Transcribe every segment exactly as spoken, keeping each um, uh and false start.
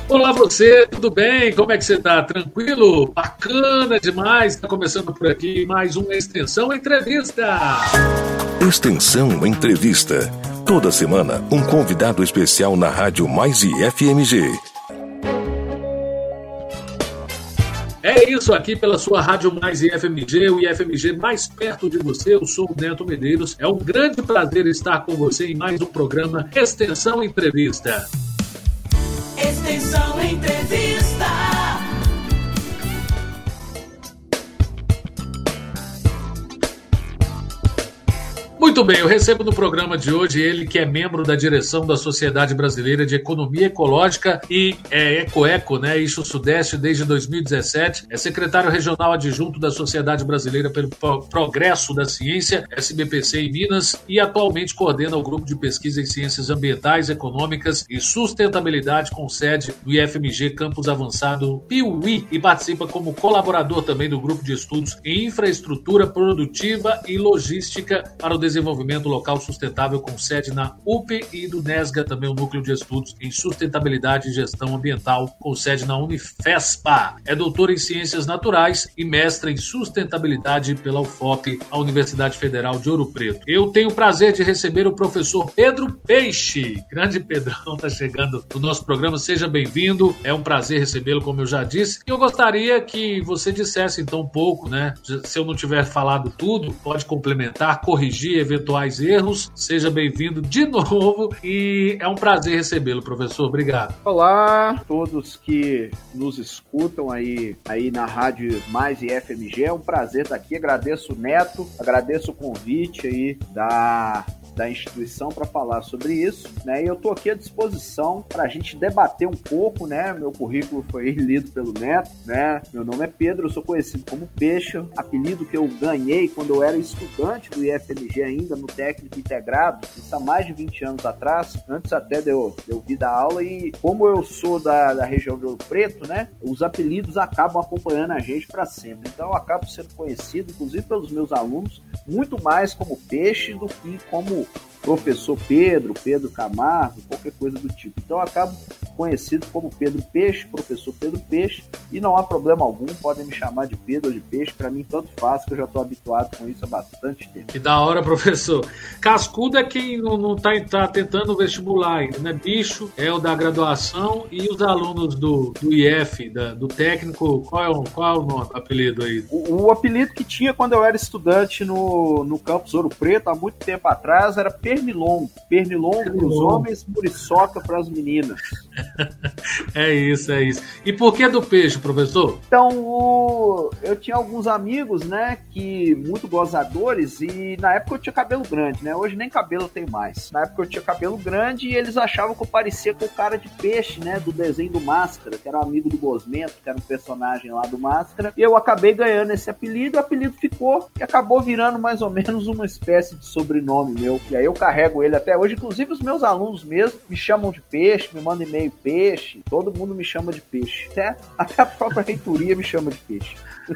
Olá você, tudo bem? Como é que você está? Tranquilo? Bacana demais. Está começando por aqui mais uma Extensão Entrevista. Extensão Entrevista. Toda semana, um convidado especial na Rádio Mais e F M G. É isso aqui pela sua Rádio Mais e F M G, o I F M G mais perto de você. Eu sou o Neto Medeiros. É um grande prazer estar com você em mais um programa Extensão Entrevista. Extensão Entrevista. Muito bem, eu recebo no programa de hoje ele que é membro da direção da Sociedade Brasileira de Economia Ecológica e é Ecoeco, né, Eixo Sudeste desde dois mil e dezessete, é secretário regional adjunto da Sociedade Brasileira pelo Progresso da Ciência, S B P C em Minas, e atualmente coordena o grupo de pesquisa em Ciências Ambientais, Econômicas e Sustentabilidade com sede no I F M G Campus Avançado Piuí e participa como colaborador também do grupo de estudos em Infraestrutura Produtiva e Logística para o Desenvolvimento Local Sustentável com sede na U P e do NESGA, também o Núcleo de Estudos em Sustentabilidade e Gestão Ambiental com sede na Unifespa. É doutor em Ciências Naturais e mestre em Sustentabilidade pela U F O P, a Universidade Federal de Ouro Preto. Eu tenho o prazer de receber o professor Pedro Peixe. Grande Pedrão está chegando no nosso programa, seja bem-vindo. É um prazer recebê-lo, como eu já disse. E eu gostaria que você dissesse então um pouco, né? Se eu não tiver falado tudo, pode complementar, corrigir eventuais erros. Seja bem-vindo de novo e é um prazer recebê-lo, professor. Obrigado. Olá a todos que nos escutam aí, aí na Rádio Mais e F M G. É um prazer estar aqui. Agradeço o Neto, agradeço o convite aí da... da instituição para falar sobre isso, né? E eu estou aqui à disposição para a gente debater um pouco, né? Meu currículo foi lido pelo Neto, né? Meu nome é Pedro, eu sou conhecido como Peixe, apelido que eu ganhei quando eu era estudante do I F M G ainda, no técnico integrado, isso há mais de vinte anos atrás, antes até de eu, de eu vir dar aula, e como eu sou da, da região de Ouro Preto, né? Os apelidos acabam acompanhando a gente para sempre. Então eu acabo sendo conhecido, inclusive pelos meus alunos, muito mais como Peixe do que como professor Pedro, Pedro Camargo, qualquer coisa do tipo. Então eu acabo conhecido como Pedro Peixe, professor Pedro Peixe, e não há problema algum, podem me chamar de Pedro ou de Peixe, para mim tanto faz, que eu já estou habituado com isso há bastante tempo. Que da hora, professor. Cascudo é quem não está tá tentando o vestibular ainda, né? Bicho é o da graduação e os alunos do, do I F, da, do técnico, qual é, o, qual é o nome, o apelido aí? O, o apelido que tinha quando eu era estudante no, no campus Ouro Preto, há muito tempo atrás, era Pernilongo. Pernilongo para os homens, muriçoca para as meninas. É isso, é isso. E por que do peixe, professor? Então, o... eu tinha alguns amigos, né, que muito gozadores, e na época eu tinha cabelo grande, né? Hoje nem cabelo eu tenho mais. Na época eu tinha cabelo grande e eles achavam que eu parecia com o cara de Peixe, né, do desenho do Máscara, que era um amigo do Gosmento, que era um personagem lá do Máscara. E eu acabei ganhando esse apelido, o apelido ficou e acabou virando mais ou menos uma espécie de sobrenome meu. E aí eu carrego ele até hoje, inclusive os meus alunos mesmo me chamam de Peixe, me mandam e-mail Peixe, todo mundo me chama de Peixe, até, até a própria reitoria me chama de Peixe.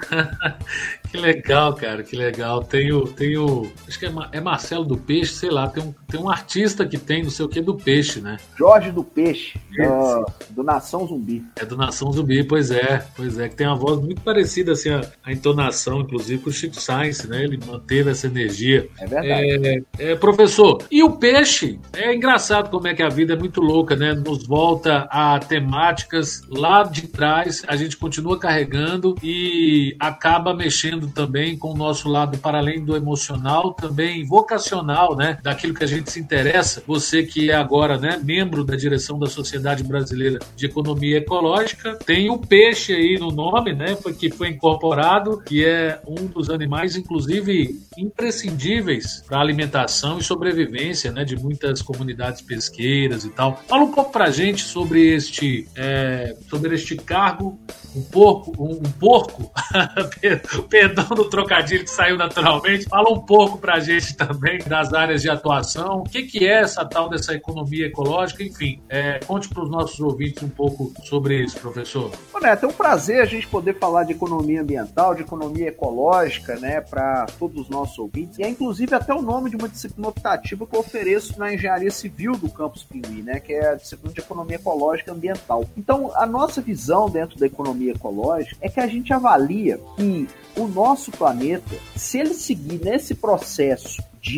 Que legal, cara, que legal. Tem o, tem o acho que é, é Marcelo do Peixe, sei lá, tem um, tem um artista que tem não sei o que do Peixe, né? Jorge do Peixe, do, do Nação Zumbi. É do Nação Zumbi, pois é, pois é, que tem uma voz muito parecida, assim, a, a entonação, inclusive, com o Chico Sainz, né? Ele manteve essa energia. É verdade. É, é, professor, e o peixe? É engraçado como é que a vida é muito louca, né? Nos volta a temáticas lá de trás, a gente continua carregando e acaba mexendo também com o nosso lado, para além do emocional, também vocacional, né? Daquilo que a gente se interessa. Você que é agora, né, membro da direção da Sociedade Brasileira de Economia Ecológica, tem o peixe aí no nome, né? Que foi incorporado, que é um dos animais, inclusive, imprescindíveis para a alimentação e sobrevivência, né, de muitas comunidades pesqueiras e tal. Fala um pouco pra gente sobre este, é, sobre este cargo, um porco, um, um porco, perdão do trocadilho que saiu naturalmente, fala um pouco pra gente também das áreas de atuação, o que, que é essa tal dessa economia ecológica, enfim, é, conte para os nossos ouvintes um pouco sobre isso, professor. Ô Neto, é um prazer a gente poder falar de economia ambiental, de economia ecológica, né, para todos os nossos ouvintes, e é inclusive até o nome de uma disciplina optativa que eu ofereço na engenharia civil do campus Piuí, né, que é a disciplina de economia ecológica e ambiental. Então, a nossa visão dentro da economia ecológica é que a gente avalia que o nosso planeta, se ele seguir nesse processo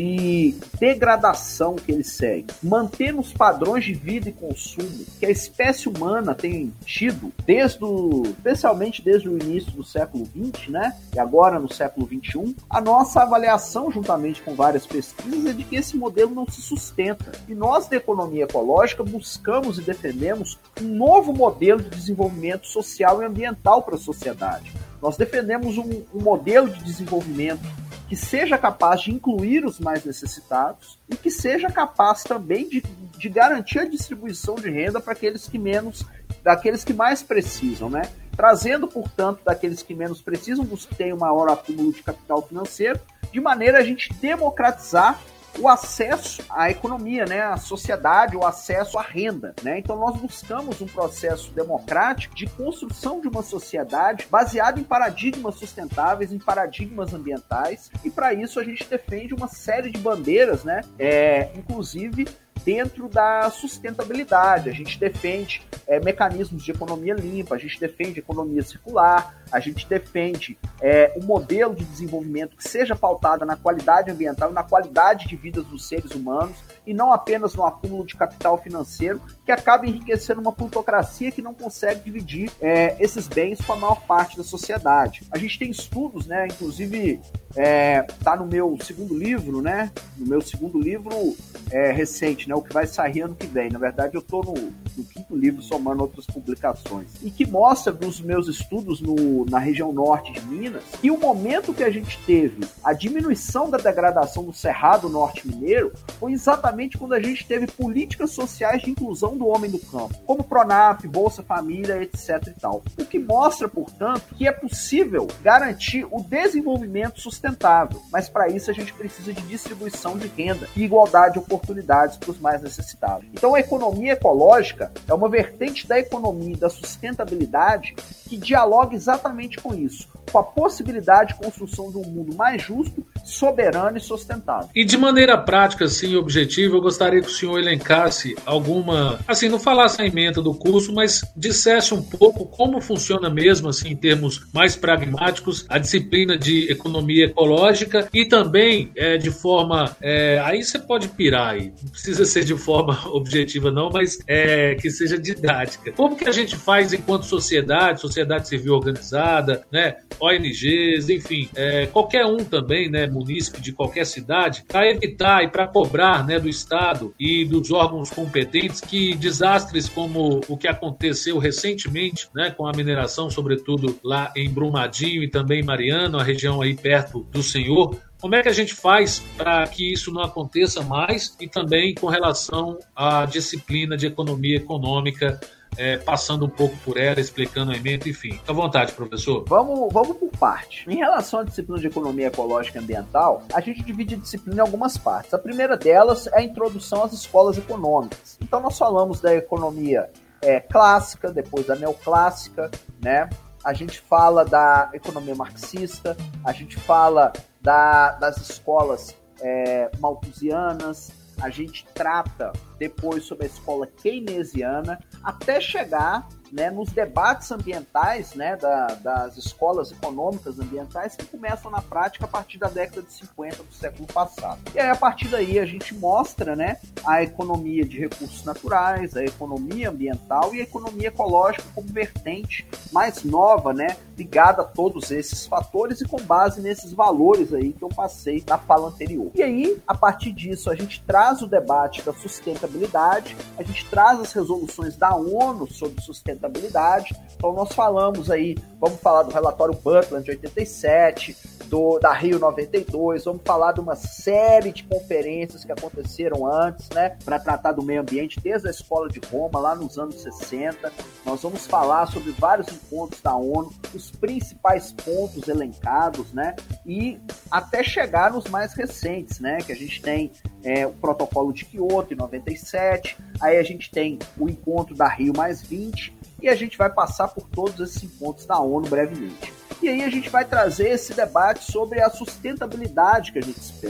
de degradação que ele segue, mantendo os padrões de vida e consumo que a espécie humana tem tido, desde o, especialmente desde o início do século vinte, né? E agora no século vinte e um, a nossa avaliação, juntamente com várias pesquisas, é de que esse modelo não se sustenta. E nós, da economia ecológica, buscamos e defendemos um novo modelo de desenvolvimento social e ambiental para a sociedade. Nós defendemos um, um modelo de desenvolvimento que seja capaz de incluir os mais necessitados e que seja capaz também de, de garantir a distribuição de renda para aqueles que menos, daqueles que mais precisam, né? Trazendo, portanto, daqueles que menos precisam, dos que têm o maior acúmulo de capital financeiro, de maneira a gente democratizar o acesso à economia, né, à sociedade, o acesso à renda, né? Então nós buscamos um processo democrático de construção de uma sociedade baseada em paradigmas sustentáveis, em paradigmas ambientais, e para isso a gente defende uma série de bandeiras, né, é, inclusive dentro da sustentabilidade. A gente defende é, mecanismos de economia limpa, a gente defende economia circular, a gente defende é, um modelo de desenvolvimento que seja pautado na qualidade ambiental e na qualidade de vida dos seres humanos, e não apenas no acúmulo de capital financeiro que acaba enriquecendo uma plutocracia que não consegue dividir é, esses bens com a maior parte da sociedade. A gente tem estudos, né, inclusive é, tá no meu segundo livro, né, no meu segundo livro é, recente, né, o que vai sair ano que vem. Na verdade, eu estou no, no quinto livro, somando outras publicações, e que mostra dos meus estudos no, na região norte de Minas, que o momento que a gente teve a diminuição da degradação do Cerrado Norte Mineiro foi exatamente quando a gente teve políticas sociais de inclusão do homem do campo, como Pronaf, Bolsa Família, etc e tal. O que mostra, portanto, que é possível garantir o desenvolvimento sustentável, mas para isso a gente precisa de distribuição de renda e igualdade de oportunidades para os mais necessitados. Então a economia ecológica é uma vertente da economia e da sustentabilidade que dialoga exatamente com isso, com a possibilidade de construção de um mundo mais justo, soberano e sustentável. E de maneira prática, assim, objetiva, eu gostaria que o senhor elencasse alguma, assim, não falasse a ementa do curso, mas dissesse um pouco como funciona mesmo, assim, em termos mais pragmáticos, a disciplina de economia ecológica e também é, de forma, é, aí você pode pirar aí, não precisa ser de forma objetiva não, mas é, que seja didática. Como que a gente faz enquanto sociedade, sociedade civil organizada, né, O N Gs, enfim, é, qualquer um também, né, munícipe de qualquer cidade, para evitar e para cobrar, né, do Estado e dos órgãos competentes que desastres como o que aconteceu recentemente, né, com a mineração, sobretudo lá em Brumadinho e também Mariano, a região aí perto do Senhor, como é que a gente faz para que isso não aconteça mais e também com relação à disciplina de economia econômica, É, passando um pouco por ela, explicando a ementa, enfim. Fica à vontade, professor. Vamos, vamos por parte. Em relação à disciplina de economia ecológica e ambiental, a gente divide a disciplina em algumas partes. A primeira delas é a introdução às escolas econômicas. Então nós falamos da economia é, clássica, depois da neoclássica, né? A gente fala da economia marxista, a gente fala da, das escolas é, malthusianas, a gente trata depois sobre a escola keynesiana, até chegar, né, nos debates ambientais, né, da, das escolas econômicas ambientais que começam na prática a partir da década de cinquenta do século passado. E aí, a partir daí, a gente mostra, né, a economia de recursos naturais, a economia ambiental e a economia ecológica como vertente mais nova, né, ligada a todos esses fatores e com base nesses valores aí que eu passei na fala anterior. E aí, a partir disso, a gente traz o debate da sustentabilidade, a gente traz as resoluções da ONU sobre sustentabilidade. Então nós falamos aí, vamos falar do relatório Brundtland de oitenta e sete, do, da Rio noventa e dois, vamos falar de uma série de conferências que aconteceram antes, né, para tratar do meio ambiente, desde a Escola de Roma, lá nos anos sessenta. Nós vamos falar sobre vários encontros da ONU, os principais pontos elencados, né, e até chegar nos mais recentes, né, que a gente tem é, o protocolo de Kyoto em noventa e sete, aí a gente tem o encontro da Rio mais vinte, e a gente vai passar por todos esses encontros da ONU brevemente. E aí a gente vai trazer esse debate sobre a sustentabilidade que a gente espera,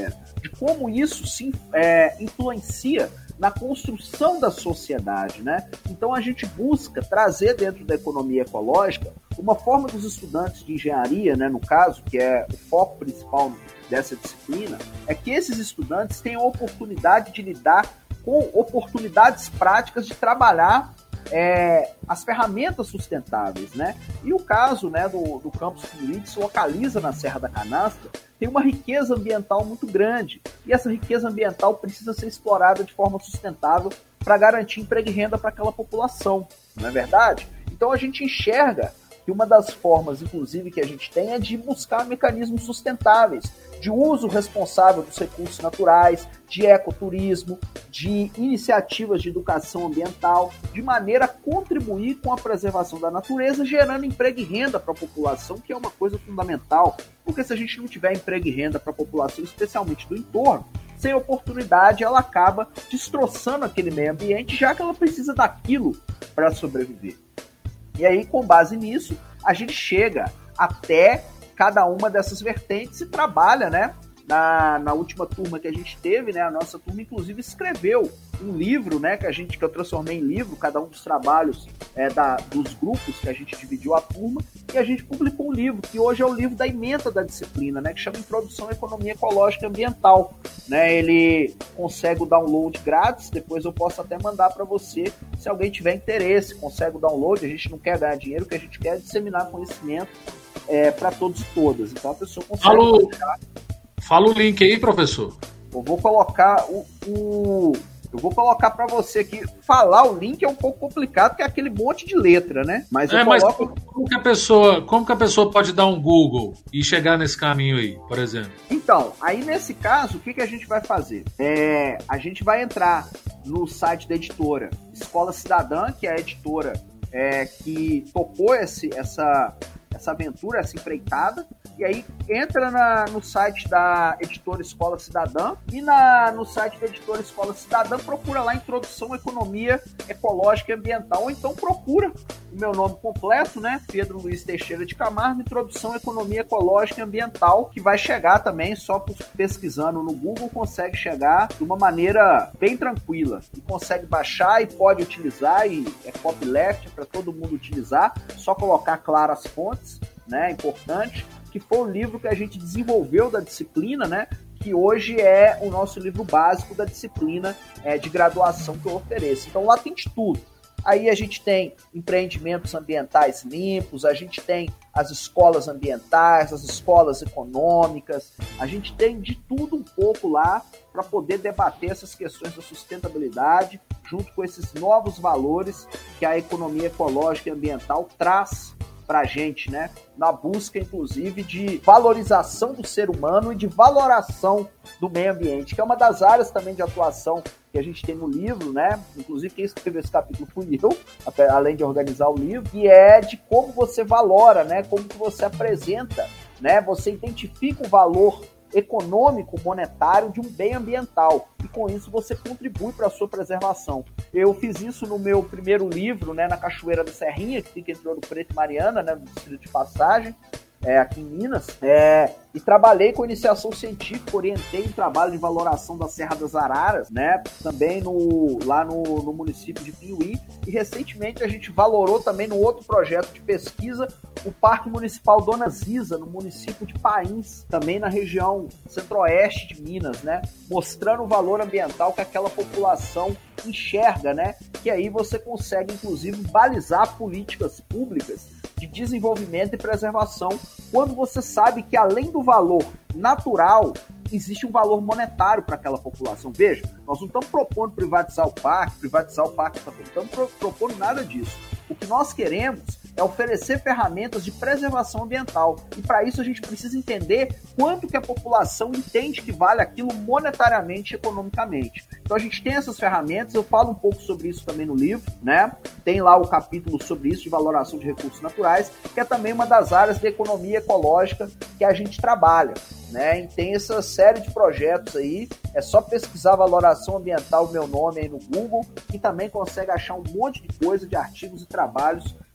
de como isso se é, influencia na construção da sociedade, né? Então a gente busca trazer dentro da economia ecológica uma forma dos estudantes de engenharia, né, no caso, que é o foco principal dessa disciplina, é que esses estudantes tenham a oportunidade de lidar com oportunidades práticas de trabalhar é, as ferramentas sustentáveis, né? E o caso, né, do, do campus Pinhuí, se localiza na Serra da Canastra, tem uma riqueza ambiental muito grande, e essa riqueza ambiental precisa ser explorada de forma sustentável para garantir emprego e renda para aquela população, não é verdade? Então a gente enxerga que uma das formas, inclusive, que a gente tem é de buscar mecanismos sustentáveis, de uso responsável dos recursos naturais, de ecoturismo, de iniciativas de educação ambiental, de maneira a contribuir com a preservação da natureza, gerando emprego e renda para a população, que é uma coisa fundamental, porque se a gente não tiver emprego e renda para a população, especialmente do entorno, sem oportunidade, ela acaba destroçando aquele meio ambiente, já que ela precisa daquilo para sobreviver. E aí, com base nisso, a gente chega até cada uma dessas vertentes e trabalha, né? Na, na última turma que a gente teve, né? A nossa turma, inclusive, escreveu um livro, né? Que, a gente, que eu transformei em livro, cada um dos trabalhos é, da, dos grupos que a gente dividiu a turma, e a gente publicou um livro, que hoje é o livro da ementa da disciplina, né? Que chama Introdução à Economia Ecológica e Ambiental. Né? Ele consegue o download grátis, depois eu posso até mandar para você, se alguém tiver interesse, consegue o download, a gente não quer ganhar dinheiro, o que a gente quer é disseminar conhecimento é, para todos e todas. Então a pessoa consegue... Fala, fala o link aí, professor. Eu vou colocar o... o... Eu vou colocar para você aqui. Falar o link é um pouco complicado, porque é aquele monte de letra, né? Mas eu é, coloco... mas como que a pessoa, como que a pessoa pode dar um Google e chegar nesse caminho aí, por exemplo? Então, aí nesse caso, o que, que a gente vai fazer? É, a gente vai entrar no site da editora Escola Cidadã, que é a editora é, que topou esse, essa, essa aventura, essa empreitada. E aí entra na, no site da editora Escola Cidadã e na, no site da editora Escola Cidadã procura lá Introdução à Economia Ecológica e Ambiental, ou então procura o meu nome completo, né? Pedro Luiz Teixeira de Camargo, Introdução à Economia Ecológica e Ambiental, que vai chegar também, só pesquisando no Google, consegue chegar de uma maneira bem tranquila. E consegue baixar e pode utilizar, e é copyleft, é para todo mundo utilizar, só colocar claro as fontes, né? É importante. Que foi o livro que a gente desenvolveu da disciplina, né? Que hoje é o nosso livro básico da disciplina é, de graduação que eu ofereço. Então lá tem de tudo. Aí a gente tem empreendimentos ambientais limpos, a gente tem as escolas ambientais, as escolas econômicas, a gente tem de tudo um pouco lá para poder debater essas questões da sustentabilidade, junto com esses novos valores que a economia ecológica e ambiental traz para a gente, né? Na busca, inclusive, de valorização do ser humano e de valoração do meio ambiente, que é uma das áreas também de atuação que a gente tem no livro, né? Inclusive, quem escreveu esse capítulo fui eu, além de organizar o livro, e é de como você valora, né? Como que você apresenta, né? Você identifica o valor econômico, monetário de um bem ambiental, e com isso você contribui para a sua preservação. Eu fiz isso no meu primeiro livro, né, na Cachoeira da Serrinha, que fica entre Ouro Preto e Mariana, né, no distrito de Passagem, é, aqui em Minas, é, e trabalhei com iniciação científica, orientei um trabalho de valoração da Serra das Araras, né, também no, lá no, no município de Pinhuí, e recentemente a gente valorou também no outro projeto de pesquisa o Parque Municipal Dona Ziza, no município de Pains, também na região centro-oeste de Minas, né, mostrando o valor ambiental que aquela população enxerga, né, que aí você consegue, inclusive, balizar políticas públicas de desenvolvimento e preservação, quando você sabe que, além do valor natural, existe um valor monetário para aquela população. Veja, nós não estamos propondo privatizar o parque, privatizar o parque, não estamos propondo nada disso. O que nós queremos é oferecer ferramentas de preservação ambiental. E para isso a gente precisa entender quanto que a população entende que vale aquilo monetariamente e economicamente. Então a gente tem essas ferramentas, eu falo um pouco sobre isso também no livro, né? Tem lá o capítulo sobre isso, de valoração de recursos naturais, que é também uma das áreas da economia ecológica que a gente trabalha, né? E tem essa série de projetos aí, é só pesquisar valoração ambiental, meu nome aí no Google, e também consegue achar um monte de coisa, de artigos e trabalhos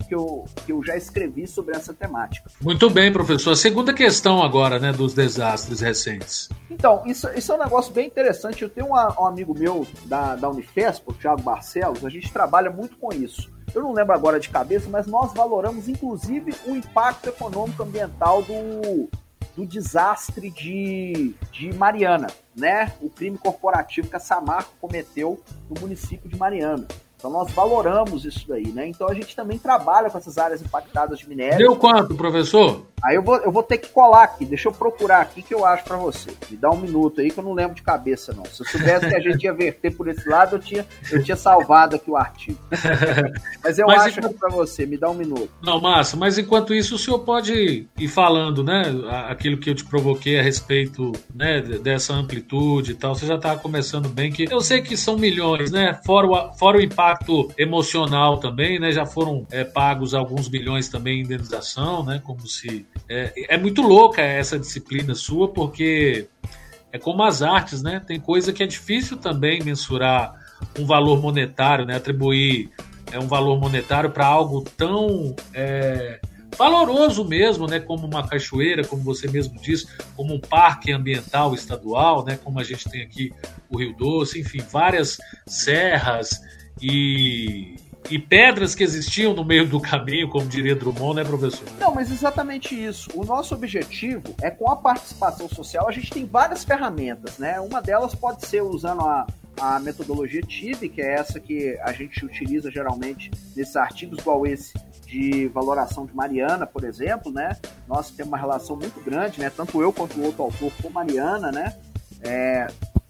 que eu, que eu já escrevi sobre essa temática. Muito bem, professor. A segunda questão agora, né, dos desastres recentes. Então, isso, isso é um negócio bem interessante. Eu tenho uma, um amigo meu da, da Unifesp, o Thiago Barcelos, a gente trabalha muito com isso. Eu não lembro agora de cabeça, mas nós valoramos, inclusive, o impacto econômico ambiental do, do desastre de, de Mariana, né? O crime corporativo que a Samarco cometeu no município de Mariana. Então nós valoramos isso daí, né? Então a gente também trabalha com essas áreas impactadas de minério. Deu quanto, professor? Aí eu vou, eu vou ter que colar aqui, deixa eu procurar aqui que eu acho pra você. Me dá um minuto aí que eu não lembro de cabeça, não. Se eu soubesse que a gente ia verter por esse lado, eu tinha, eu tinha salvado aqui o artigo. Mas eu mas acho enquanto... aqui pra você, me dá um minuto. Não, massa, mas enquanto isso o senhor pode ir falando, né? Aquilo que eu te provoquei a respeito, né, dessa amplitude e tal. Você já tá começando bem, que eu sei que são milhões, né? Fora o, fora o impacto emocional também, né? Já foram é, pagos alguns bilhões também em indenização, né? Como se... É, é muito louca essa disciplina sua, porque é como as artes, né? Tem coisa que é difícil também mensurar um valor monetário, né? Atribuir é, um valor monetário para algo tão é, valoroso mesmo, né? Como uma cachoeira, como você mesmo disse, como um parque ambiental estadual, né? Como a gente tem aqui o Rio Doce, enfim, várias serras e... E pedras que existiam no meio do caminho, como diria Drummond, né, professor? Não, mas exatamente isso. O nosso objetivo é, com a participação social, a gente tem várias ferramentas, né? Uma delas pode ser usando a, a metodologia T I B, que é essa que a gente utiliza geralmente nesses artigos, igual esse de valoração de Mariana, por exemplo, né? Nós temos uma relação muito grande, né? Tanto eu quanto o outro autor com Mariana, né? É,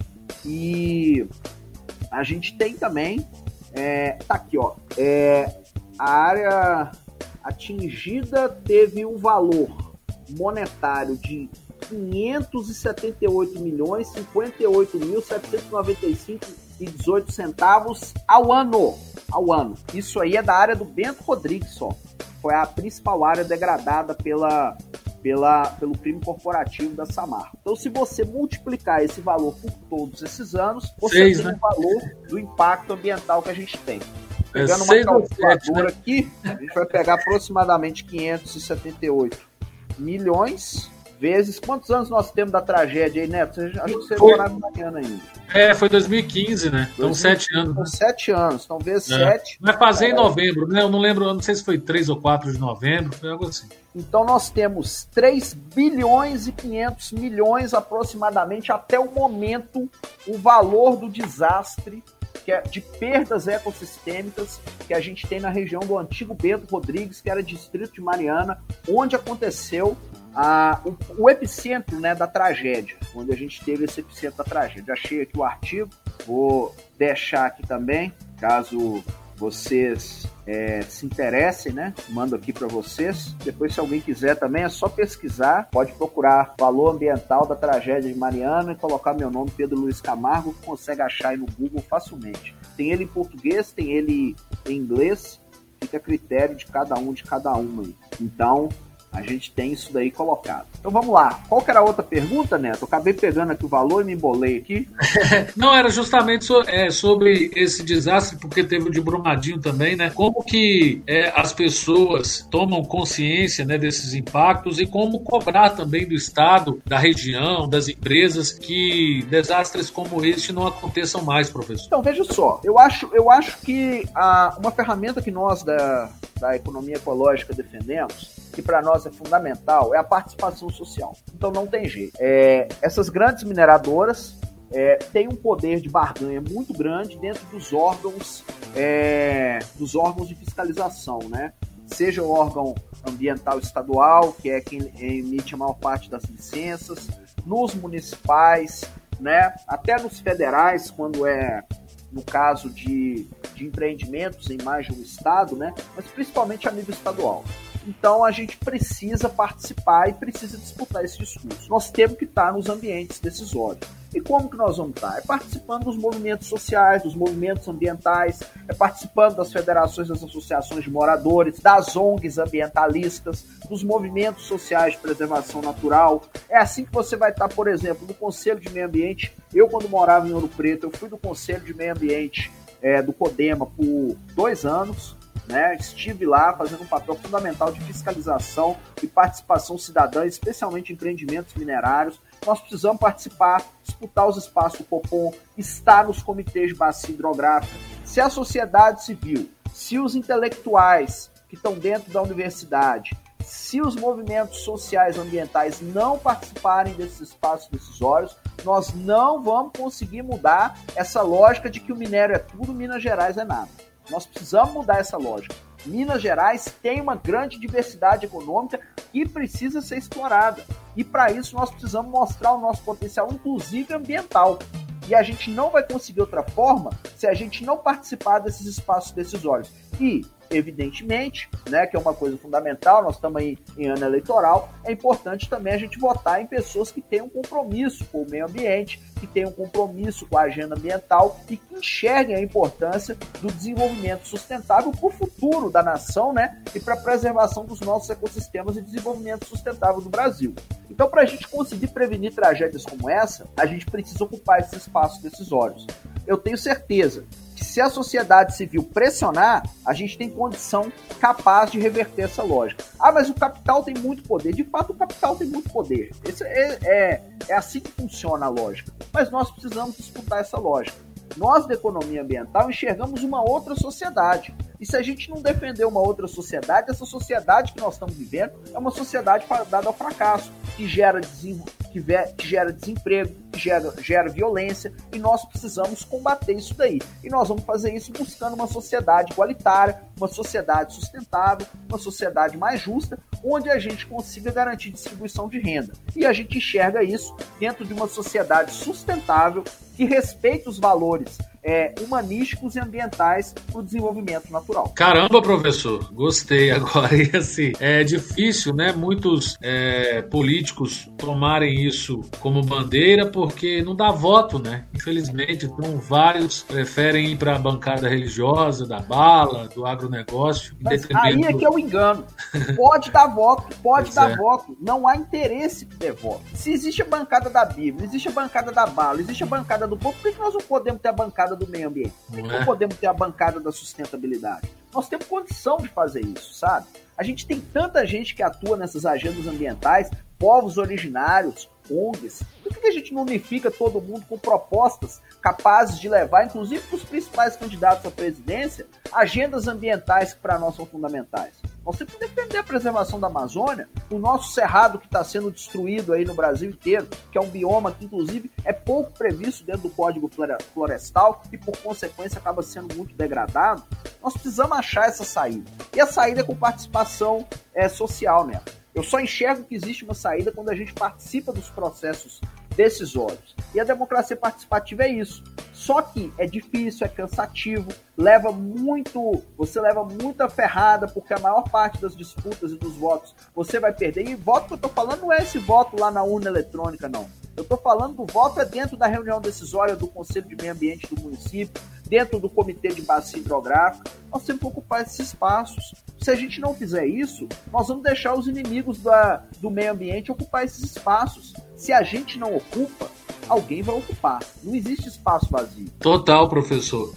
e a gente tem também... É, tá aqui, ó. É, a área atingida teve um valor monetário de quinhentos e setenta e oito milhões, cinquenta e oito mil, setecentos e noventa e cinco e dezoito centavos ao ano. Ao ano. Isso aí é da área do Bento Rodrigues só. Foi a principal área degradada pela, pela, pelo crime corporativo da Samarco. Então, se você multiplicar esse valor por todos esses anos, você seis, tem né? o valor do impacto ambiental que a gente tem. Pegando é uma calculadora sete, né? aqui, a gente vai pegar aproximadamente quinhentos e setenta e oito milhões vezes... Quantos anos nós temos da tragédia aí, Neto? Acho que você morava Mariana ainda. É, foi dois mil e quinze, né? Então, sete anos. Então, sete anos. Então, vezes é. sete... Vai fazer é. em novembro, né? Eu não lembro, eu não sei se foi três ou quatro de novembro, foi algo assim. Então, nós temos três bilhões e quinhentos milhões, aproximadamente, até o momento, o valor do desastre que é de perdas ecossistêmicas que a gente tem na região do antigo Bento Rodrigues, que era distrito de Mariana, onde aconteceu a, o, o epicentro, né, da tragédia, onde a gente teve esse epicentro da tragédia. Achei aqui o artigo, vou deixar aqui também, caso vocês é, se interessem, né? Mando aqui para vocês. Depois, se alguém quiser também, é só pesquisar. Pode procurar valor ambiental da tragédia de Mariana e colocar meu nome, Pedro Luiz Camargo, que consegue achar aí no Google facilmente. Tem ele em português, tem ele em inglês. Fica a critério de cada um, de cada uma aí. Então, a gente tem isso daí colocado. Então vamos lá. Qual que era a outra pergunta, Neto? Eu acabei pegando aqui o valor e me embolei aqui. Não, era justamente so, é, sobre esse desastre, porque teve o de Brumadinho também, né? Como que é, as pessoas tomam consciência, né, desses impactos e como cobrar também do Estado, da região, das empresas, que desastres como este não aconteçam mais, professor. Então, veja só. Eu acho, eu acho que a, uma ferramenta que nós da, da economia ecológica defendemos, que para nós é fundamental, é a participação social. Então não tem jeito. É, essas grandes mineradoras é, têm um poder de barganha muito grande dentro dos órgãos, é, dos órgãos de fiscalização, né? Seja o órgão ambiental estadual, que é quem emite a maior parte das licenças, nos municipais, né? Até nos federais, quando é no caso de, de empreendimentos em mais de um estado, né? Mas principalmente a nível estadual. Então a gente precisa participar e precisa disputar esse discurso. Nós temos que estar nos ambientes decisórios. E como que nós vamos estar? É participando dos movimentos sociais, dos movimentos ambientais, é participando das federações, das associações de moradores, das O N Gs ambientalistas, dos movimentos sociais de preservação natural. É assim que você vai estar, por exemplo, no Conselho de Meio Ambiente. Eu, quando morava em Ouro Preto, eu fui do Conselho de Meio Ambiente é, do CODEMA por dois anos, né? Estive lá fazendo um papel fundamental de fiscalização e participação cidadã, especialmente em empreendimentos minerários. Nós precisamos participar, disputar os espaços do Copom, estar nos comitês de bacia hidrográfica. Se a sociedade civil, se os intelectuais que estão dentro da universidade, se os movimentos sociais ambientais não participarem desses espaços decisórios, nós não vamos conseguir mudar essa lógica de que o minério é tudo, Minas Gerais é nada. Nós precisamos mudar essa lógica. Minas Gerais tem uma grande diversidade econômica que precisa ser explorada. E para isso nós precisamos mostrar o nosso potencial, inclusive ambiental. E a gente não vai conseguir outra forma se a gente não participar desses espaços decisórios. E, evidentemente, né, que é uma coisa fundamental, nós estamos aí em ano eleitoral, é importante também a gente votar em pessoas que tenham compromisso com o meio ambiente, que tenham compromisso com a agenda ambiental e que enxerguem a importância do desenvolvimento sustentável para o futuro da nação, né, e para a preservação dos nossos ecossistemas e desenvolvimento sustentável do Brasil. Então, para a gente conseguir prevenir tragédias como essa, a gente precisa ocupar esses espaços decisórios. Eu tenho certeza que se a sociedade civil pressionar, a gente tem condição capaz de reverter essa lógica. Ah, mas o capital tem muito poder. De fato, o capital tem muito poder. Esse é, é, é assim que funciona a lógica. Mas nós precisamos disputar essa lógica. Nós, da economia ambiental, enxergamos uma outra sociedade. E se a gente não defender uma outra sociedade, essa sociedade que nós estamos vivendo é uma sociedade dada ao fracasso, que gera, desem... que ve... que gera desemprego, que gera... gera violência, e nós precisamos combater isso daí. E nós vamos fazer isso buscando uma sociedade igualitária, uma sociedade sustentável, uma sociedade mais justa, onde a gente consiga garantir distribuição de renda. E a gente enxerga isso dentro de uma sociedade sustentável que respeita os valores É, humanísticos e ambientais para o desenvolvimento natural. Caramba, professor, gostei agora. E assim, é difícil, né? Muitos é, políticos tomarem isso como bandeira porque não dá voto, né? Infelizmente, então vários preferem ir para a bancada religiosa, da bala, do agronegócio. Mas aí é que é o engano. Pode dar voto, pode Pois dar é. voto. Não há interesse que dê voto. Se existe a bancada da Bíblia, existe a bancada da bala, existe a bancada do povo, por que que nós não podemos ter a bancada do meio ambiente? Por que Não que é? não podemos ter a bancada da sustentabilidade? Nós temos condição de fazer isso, sabe? A gente tem tanta gente que atua nessas agendas ambientais, povos originários, O N Gs. Por que que a gente não unifica todo mundo com propostas capazes de levar, inclusive para os principais candidatos à presidência, agendas ambientais que para nós são fundamentais? Nós temos que defender a preservação da Amazônia, o nosso cerrado que está sendo destruído aí no Brasil inteiro, que é um bioma que, inclusive, é pouco previsto dentro do Código Florestal e, por consequência, acaba sendo muito degradado. Nós precisamos achar essa saída. E a saída é com participação é, social, né? Eu só enxergo que existe uma saída quando a gente participa dos processos decisórios. E a democracia participativa é isso. Só que é difícil, é cansativo, leva muito, você leva muita ferrada, porque a maior parte das disputas e dos votos você vai perder. E voto que eu tô falando não é esse voto lá na urna eletrônica, não. Eu tô falando do voto é dentro da reunião decisória do Conselho de Meio Ambiente do município, dentro do Comitê de Bacia Hidrográfica. Nós temos que ocupar esses espaços. Se a gente não fizer isso, nós vamos deixar os inimigos da, do meio ambiente ocupar esses espaços. Se a gente não ocupa, alguém vai ocupar. Não existe espaço vazio. Total, professor.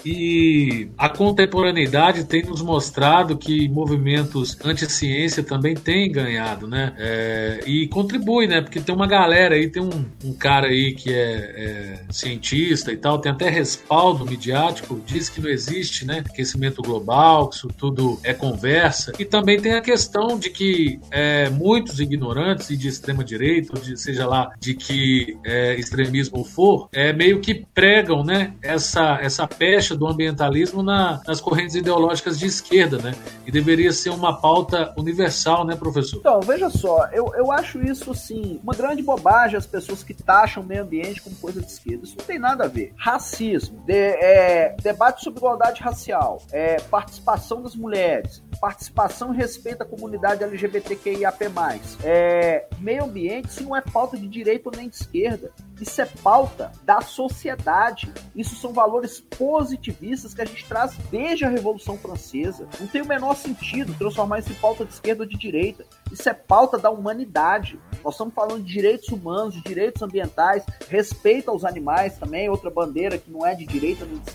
E a contemporaneidade tem nos mostrado que movimentos anti-ciência também têm ganhado, né? É, e contribui, né? Porque tem uma galera aí, tem um, um cara aí que é, é cientista e tal, tem até respaldo midiático, diz que não existe, né? Aquecimento global, que isso tudo é conversa. E também tem a questão de que é, muitos ignorantes e de extrema direita, ou de, seja lá de que é, extremismo for, é, meio que pregam, né, essa, essa pecha do ambientalismo na, nas correntes ideológicas de esquerda, né? E deveria ser uma pauta universal, né, professor? Então, veja só, eu, eu acho isso, assim, uma grande bobagem as pessoas que taxam o meio ambiente como coisa de esquerda. Isso não tem nada a ver. Racismo, de, é, debate sobre igualdade racial, é, participação das mulheres, participação e respeito à comunidade L G B T Q I A P mais, é, meio ambiente, isso não é pauta de direita nem de esquerda. Isso é pauta da sociedade. Isso são valores positivistas que a gente traz desde a Revolução Francesa. Não tem o menor sentido transformar isso em pauta de esquerda ou de direita. Isso é pauta da humanidade. Nós estamos falando de direitos humanos, de direitos ambientais, respeito aos animais também, outra bandeira que não é de direita nem de esquerda.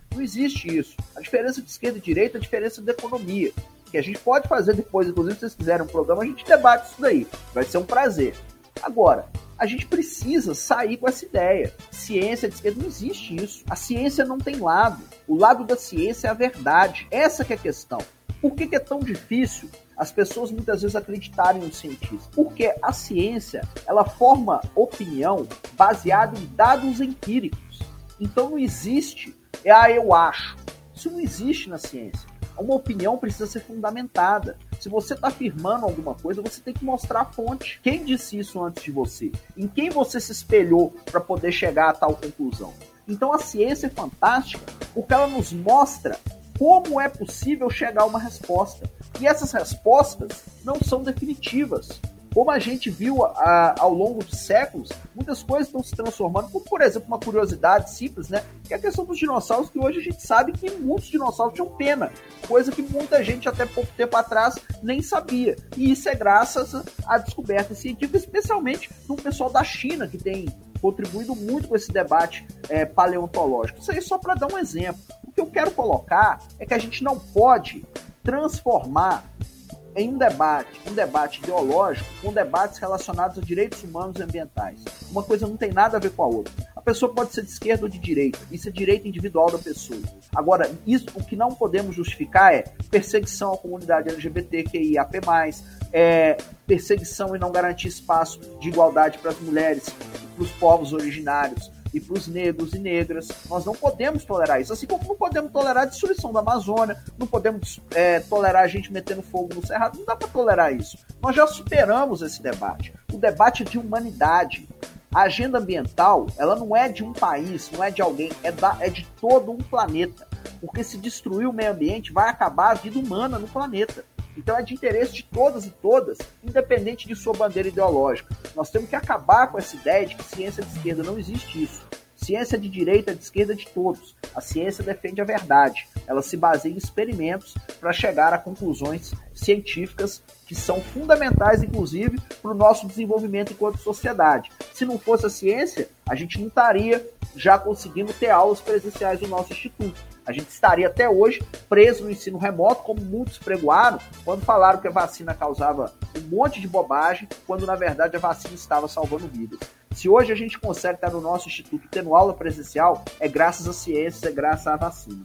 Não existe isso. A diferença de esquerda e direita é a diferença da economia. Que a gente pode fazer depois, inclusive, se vocês quiserem um programa, a gente debate isso daí. Vai ser um prazer. Agora, a gente precisa sair com essa ideia. Ciência de esquerda, não existe isso. A ciência não tem lado. O lado da ciência é a verdade. Essa que é a questão. Por que que é tão difícil as pessoas muitas vezes acreditarem nos cientistas? Porque a ciência, ela forma opinião baseada em dados empíricos. Então não existe, é ah, eu acho. Isso não existe na ciência. Uma opinião precisa ser fundamentada. Se você está afirmando alguma coisa, você tem que mostrar a fonte. Quem disse isso antes de você? Em quem você se espelhou para poder chegar a tal conclusão? Então a ciência é fantástica porque ela nos mostra como é possível chegar a uma resposta. E essas respostas não são definitivas. Como a gente viu a, ao longo dos séculos, muitas coisas estão se transformando, como, por exemplo, uma curiosidade simples, né? Que é a questão dos dinossauros, que hoje a gente sabe que muitos dinossauros tinham pena, coisa que muita gente até pouco tempo atrás nem sabia. E isso é graças à descoberta científica, especialmente no pessoal da China, que tem contribuído muito com esse debate é, paleontológico. Isso aí só para dar um exemplo. O que eu quero colocar é que a gente não pode transformar em um debate, um debate ideológico, com debates relacionados a direitos humanos e ambientais. Uma coisa não tem nada a ver com a outra. A pessoa pode ser de esquerda ou de direita. Isso é direito individual da pessoa. Agora, isso, o que não podemos justificar é perseguição à comunidade L G B T Q I A P mais, é, perseguição e não garantir espaço de igualdade para as mulheres, para os povos originários e para os negros e negras. Nós não podemos tolerar isso. Assim como não podemos tolerar a destruição da Amazônia, não podemos é, tolerar a gente metendo fogo no cerrado. Não dá para tolerar isso. Nós já superamos esse debate. O debate é de humanidade. A agenda ambiental, ela não é de um país, não é de alguém, é, da, é de todo um planeta. Porque se destruir o meio ambiente, vai acabar a vida humana no planeta. Então é de interesse de todas e todas, independente de sua bandeira ideológica. Nós temos que acabar com essa ideia de que ciência de esquerda não existe isso. Ciência de direita, de esquerda, de todos. A ciência defende a verdade. Ela se baseia em experimentos para chegar a conclusões científicas que são fundamentais, inclusive, para o nosso desenvolvimento enquanto sociedade. Se não fosse a ciência, a gente não estaria já conseguindo ter aulas presenciais no nosso instituto. A gente estaria até hoje preso no ensino remoto, como muitos pregoaram, quando falaram que a vacina causava um monte de bobagem, quando na verdade a vacina estava salvando vidas. Se hoje a gente consegue estar no nosso instituto tendo aula presencial, é graças à ciência, é graças à vacina.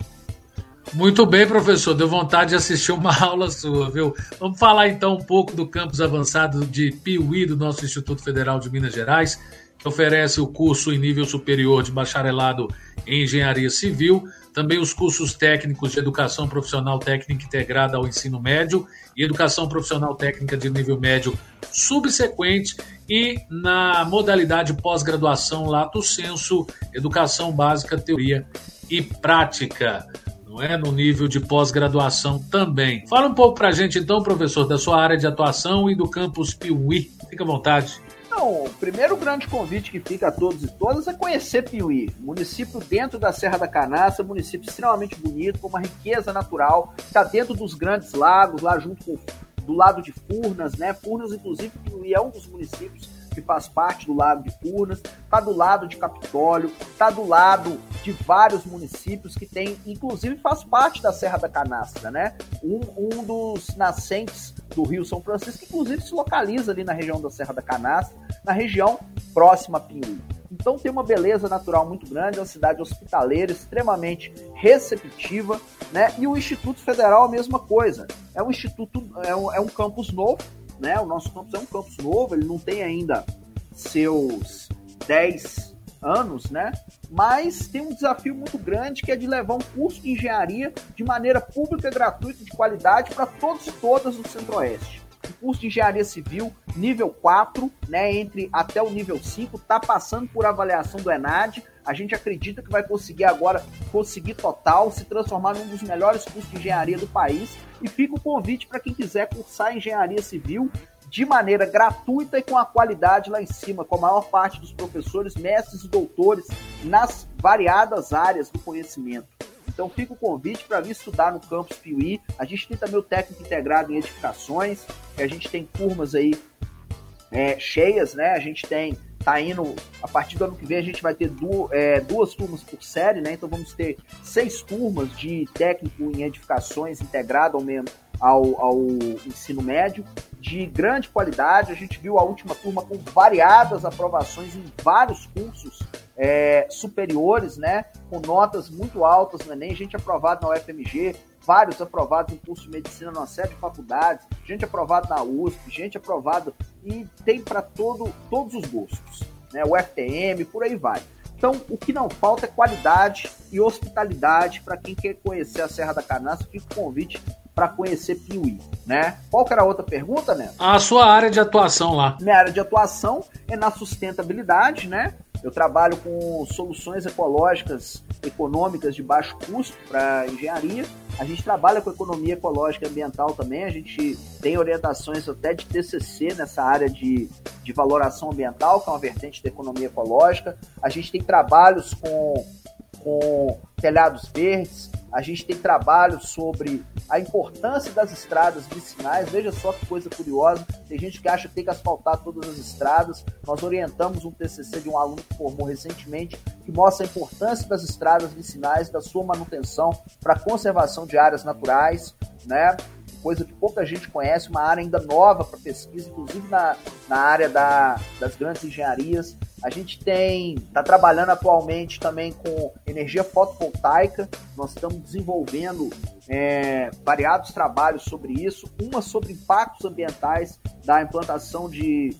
Muito bem, professor. Deu vontade de assistir uma aula sua, viu? Vamos falar então um pouco do campus avançado de Piuí do nosso Instituto Federal de Minas Gerais, que oferece o curso em nível superior de bacharelado em Engenharia Civil, também os cursos técnicos de Educação Profissional Técnica Integrada ao Ensino Médio e Educação Profissional Técnica de nível médio subsequente e na modalidade pós-graduação Lato Sensu, Educação Básica, Teoria e Prática, não é? No nível de pós-graduação também. Fala um pouco para a gente então, professor, da sua área de atuação e do campus Piuí. Fica à vontade. Não, o primeiro grande convite que fica a todos e todas é conhecer Piuí, município dentro da Serra da Canastra, município extremamente bonito, com uma riqueza natural, está dentro dos grandes lagos, lá junto com, do lado de Furnas, né? Furnas, inclusive, Piuí é um dos municípios que faz parte do lago de Furnas, está do lado de Capitólio, está do lado de vários municípios que tem, inclusive faz parte da Serra da Canastra, né? Um, um dos nascentes do Rio São Francisco, que inclusive se localiza ali na região da Serra da Canastra, na região próxima a Piuí. Então tem uma beleza natural muito grande, é uma cidade hospitaleira, extremamente receptiva, né? E o Instituto Federal a mesma coisa. É um instituto, é um, é um campus novo, né? O nosso campus é um campus novo, ele não tem ainda seus dez anos, né? Mas tem um desafio muito grande que é de levar um curso de engenharia de maneira pública, gratuita e de qualidade para todos e todas do Centro-Oeste. O curso de engenharia civil, nível quatro, né, entre até o nível cinco, está passando por avaliação do ENAD. A gente acredita que vai conseguir agora, conseguir total, se transformar num dos melhores cursos de engenharia do país. E fica o convite para quem quiser cursar engenharia civil de maneira gratuita e com a qualidade lá em cima, com a maior parte dos professores, mestres e doutores nas variadas áreas do conhecimento. Então fica o convite para vir estudar no campus Piuí. A gente tem também o técnico integrado em edificações, que a gente tem turmas aí é, cheias, né? A gente tem tá indo, a partir do ano que vem a gente vai ter duas, é, duas turmas por série, né? Então vamos ter seis turmas de técnico em edificações integrado ao, ao, ao ensino médio, de grande qualidade. A gente viu a última turma com variadas aprovações em vários cursos é, superiores, né? Com notas muito altas no Enem, gente aprovada na U F M G, vários aprovados em curso de medicina numa série de faculdades, gente aprovada na U S P, gente aprovada, e tem para todo, todos os gostos, né? O F T M, por aí vai. Então, o que não falta é qualidade e hospitalidade para quem quer conhecer a Serra da Canastra. Fica o convite para conhecer Piuí, né? Qual que era a outra pergunta, né? A sua área de atuação lá. Minha área de atuação é na sustentabilidade, né? Eu trabalho com soluções ecológicas, econômicas de baixo custo para engenharia. A gente trabalha com economia ecológica e ambiental também. A gente tem orientações até de T C C nessa área de, de valoração ambiental, que é uma vertente da economia ecológica. A gente tem trabalhos com, com telhados verdes. A gente tem trabalhos sobre a importância das estradas vicinais. Veja só que coisa curiosa. Tem gente que acha que tem que asfaltar todas as estradas. Nós orientamos um T C C de um aluno que formou recentemente, que mostra a importância das estradas vicinais, da sua manutenção para a conservação de áreas naturais, né? Coisa que pouca gente conhece, uma área ainda nova para pesquisa, inclusive na, na área da, das grandes engenharias. A gente tem, está trabalhando atualmente também com energia fotovoltaica. Nós estamos desenvolvendo é, variados trabalhos sobre isso, uma sobre impactos ambientais da implantação de,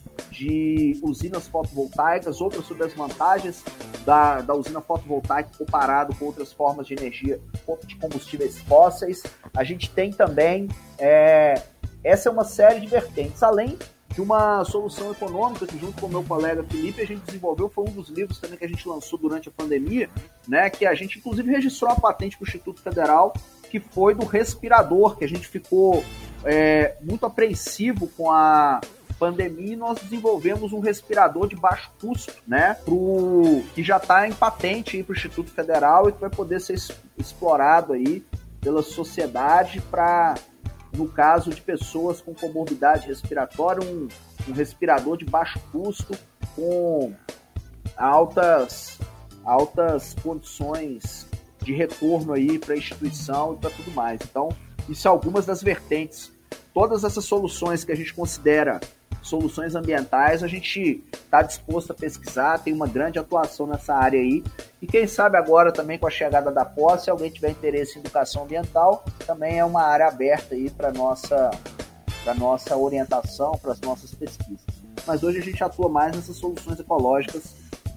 de usinas fotovoltaicas, outra sobre as vantagens da, da usina fotovoltaica comparado com outras formas de energia de combustíveis fósseis. A gente tem também, é, essa é uma série de vertentes, além de uma solução econômica que, junto com o meu colega Felipe, a gente desenvolveu. Foi um dos livros também que a gente lançou durante a pandemia, né, que a gente inclusive registrou a patente para o Instituto Federal, que foi do respirador, que a gente ficou é, muito apreensivo com a pandemia, e nós desenvolvemos um respirador de baixo custo, né, pro, que já está em patente para o Instituto Federal e que vai poder ser explorado aí pela sociedade para, no caso de pessoas com comorbidade respiratória, um, um respirador de baixo custo com altas, altas condições de retorno aí para a instituição e para tudo mais. Então, isso é algumas das vertentes. Todas essas soluções que a gente considera soluções ambientais, a gente está disposto a pesquisar, tem uma grande atuação nessa área aí. E quem sabe agora também com a chegada da pós, se alguém tiver interesse em educação ambiental, também é uma área aberta aí para nossa, para nossa orientação, para as nossas pesquisas. Mas hoje a gente atua mais nessas soluções ecológicas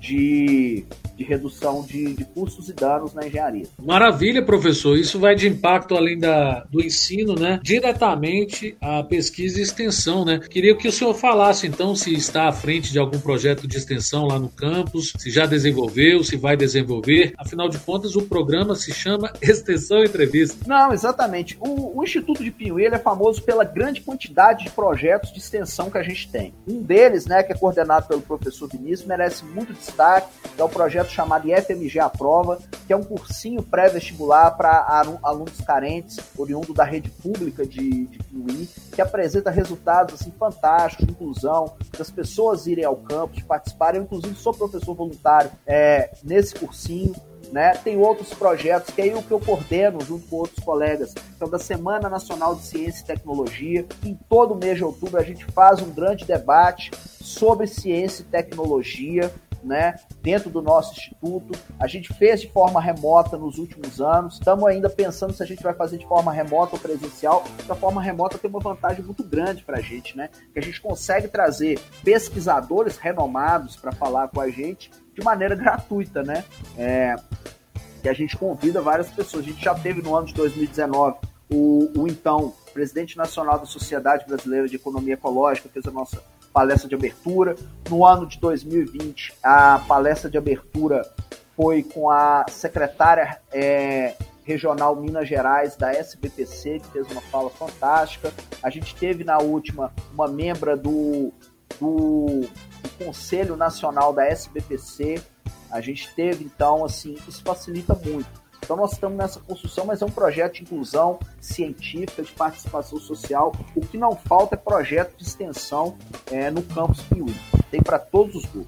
de, de redução de, de custos e danos na engenharia. Maravilha, professor. Isso vai de impacto, além da, do ensino, né, diretamente à pesquisa e extensão, né? Queria que o senhor falasse, então, se está à frente de algum projeto de extensão lá no campus, se já desenvolveu, se vai desenvolver. Afinal de contas, o programa se chama Extensão Entrevista. Não, exatamente. O, o Instituto de Piuí é famoso pela grande quantidade de projetos de extensão que a gente tem. Um deles, né, que é coordenado pelo professor Vinícius, merece muito destaque, que é o projeto chamado I F M G à Prova, que é um cursinho pré-vestibular para alunos carentes, oriundo da rede pública de, de Piuí, que apresenta resultados assim, fantásticos de inclusão, das pessoas irem ao campus, participarem. Eu, inclusive, sou professor voluntário é, nesse cursinho. Né? Tem outros projetos, que é aí o que eu coordeno junto com outros colegas, que é o da Semana Nacional de Ciência e Tecnologia. Em todo mês de outubro a gente faz um grande debate sobre ciência e tecnologia, né, dentro do nosso instituto. A gente fez de forma remota nos últimos anos, estamos ainda pensando se a gente vai fazer de forma remota ou presencial, porque a forma remota tem uma vantagem muito grande para a gente, né, que a gente consegue trazer pesquisadores renomados para falar com a gente de maneira gratuita, né, é, que a gente convida várias pessoas. A gente já teve no ano de dois mil e dezenove o, o então presidente nacional da Sociedade Brasileira de Economia Ecológica, fez a nossa palestra de abertura. No ano de dois mil e vinte, a palestra de abertura foi com a secretária é, regional Minas Gerais da S B P C, que fez uma fala fantástica. A gente teve na última uma membra do, do, do Conselho Nacional da S B P C. A gente teve, então, assim, isso facilita muito. Então nós estamos nessa construção, mas é um projeto de inclusão científica, de participação social. O que não falta é projeto de extensão é, no campus Piuí. Tem para todos os gostos.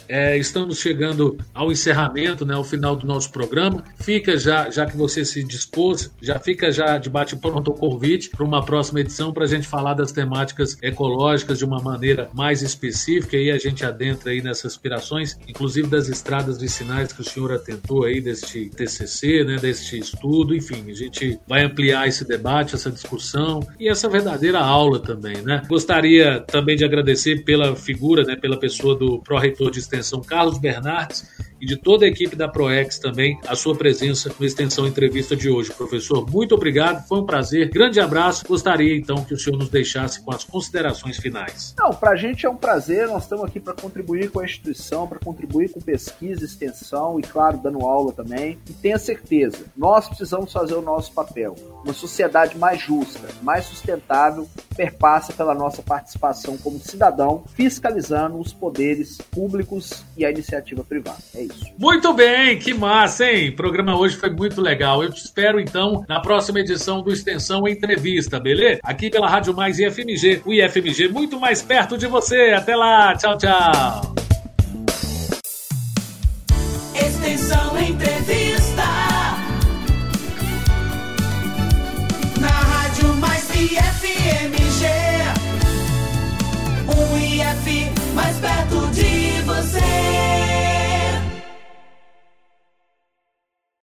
é, estamos chegando ao encerramento, né, ao final do nosso programa. Fica já, já que você se dispôs, já fica já de bate-pronto o convite para uma próxima edição para a gente falar das temáticas ecológicas de uma maneira mais específica, e a gente adentra aí nessas aspirações, inclusive das estradas vicinais que o senhor atentou aí deste T C C, né, deste estudo. Enfim, a gente vai ampliar esse debate, essa discussão e essa verdadeira aula também, né? Gostaria também de agradecer pela figura, né, pela pessoa do pró-reitor de extensão Carlos Bernardes e de toda a equipe da PROEX também, a sua presença no Extensão Entrevista de hoje. Professor, muito obrigado, foi um prazer, grande abraço. Gostaria então que o senhor nos deixasse com as considerações finais. Não, para a gente é um prazer, nós estamos aqui para contribuir com a instituição, para contribuir com pesquisa, extensão e, claro, dando aula também. E tenha certeza, nós precisamos fazer o nosso papel. Uma sociedade mais justa, mais sustentável, perpassa pela nossa participação como cidadão, fiscalizando os poderes públicos e a iniciativa privada. É isso. Muito bem, que massa, hein? O programa hoje foi muito legal. Eu te espero, então, na próxima edição do Extensão Entrevista, beleza? Aqui pela Rádio Mais I F M G, o I F M G muito mais perto de você. Até lá, tchau, tchau. Extensão Entrevista na Rádio Mais I F M G, o I F mais perto.